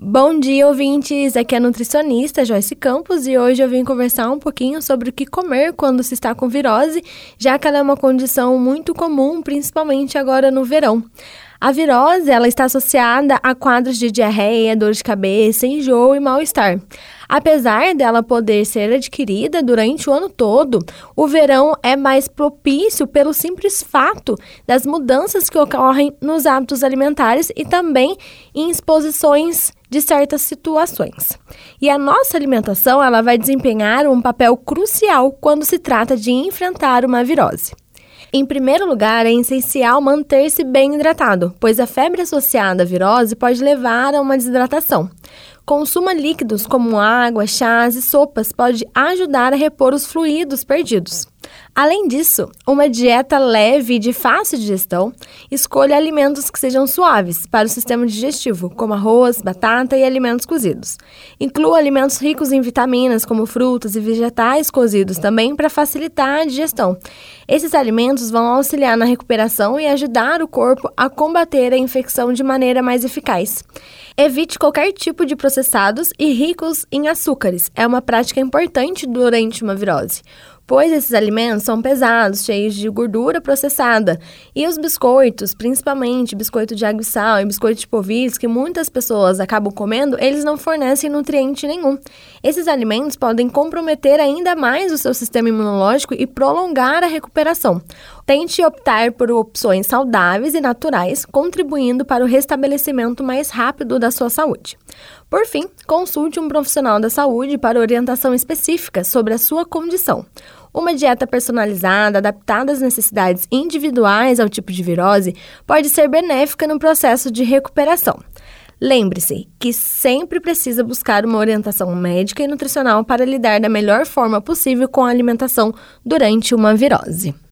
Bom dia, ouvintes! Aqui é a nutricionista Joyce Campos e hoje eu vim conversar um pouquinho sobre o que comer quando se está com virose, já que ela é uma condição muito comum, principalmente agora no verão. A virose, ela está associada a quadros de diarreia, dor de cabeça, enjoo e mal-estar. Apesar dela poder ser adquirida durante o ano todo, o verão é mais propício pelo simples fato das mudanças que ocorrem nos hábitos alimentares e também em exposições de certas situações. E a nossa alimentação, ela vai desempenhar um papel crucial quando se trata de enfrentar uma virose. Em primeiro lugar, é essencial manter-se bem hidratado, pois a febre associada à virose pode levar a uma desidratação. Consuma líquidos como água, chás e sopas pode ajudar a repor os fluidos perdidos. Além disso, uma dieta leve e de fácil digestão, escolha alimentos que sejam suaves para o sistema digestivo, como arroz, batata e alimentos cozidos. Inclua alimentos ricos em vitaminas, como frutas e vegetais cozidos também, para facilitar a digestão. Esses alimentos vão auxiliar na recuperação e ajudar o corpo a combater a infecção de maneira mais eficaz. Evite qualquer tipo de processados e ricos em açúcares. É uma prática importante durante uma virose, pois esses alimentos são pesados, cheios de gordura processada. E os biscoitos, principalmente biscoito de água e sal e biscoito de polvilhos, que muitas pessoas acabam comendo, eles não fornecem nutriente nenhum. Esses alimentos podem comprometer ainda mais o seu sistema imunológico e prolongar a recuperação. Tente optar por opções saudáveis e naturais, contribuindo para o restabelecimento mais rápido da sua saúde. Por fim, consulte um profissional da saúde para orientação específica sobre a sua condição. Uma dieta personalizada, adaptada às necessidades individuais ao tipo de virose, pode ser benéfica no processo de recuperação. Lembre-se que sempre precisa buscar uma orientação médica e nutricional para lidar da melhor forma possível com a alimentação durante uma virose.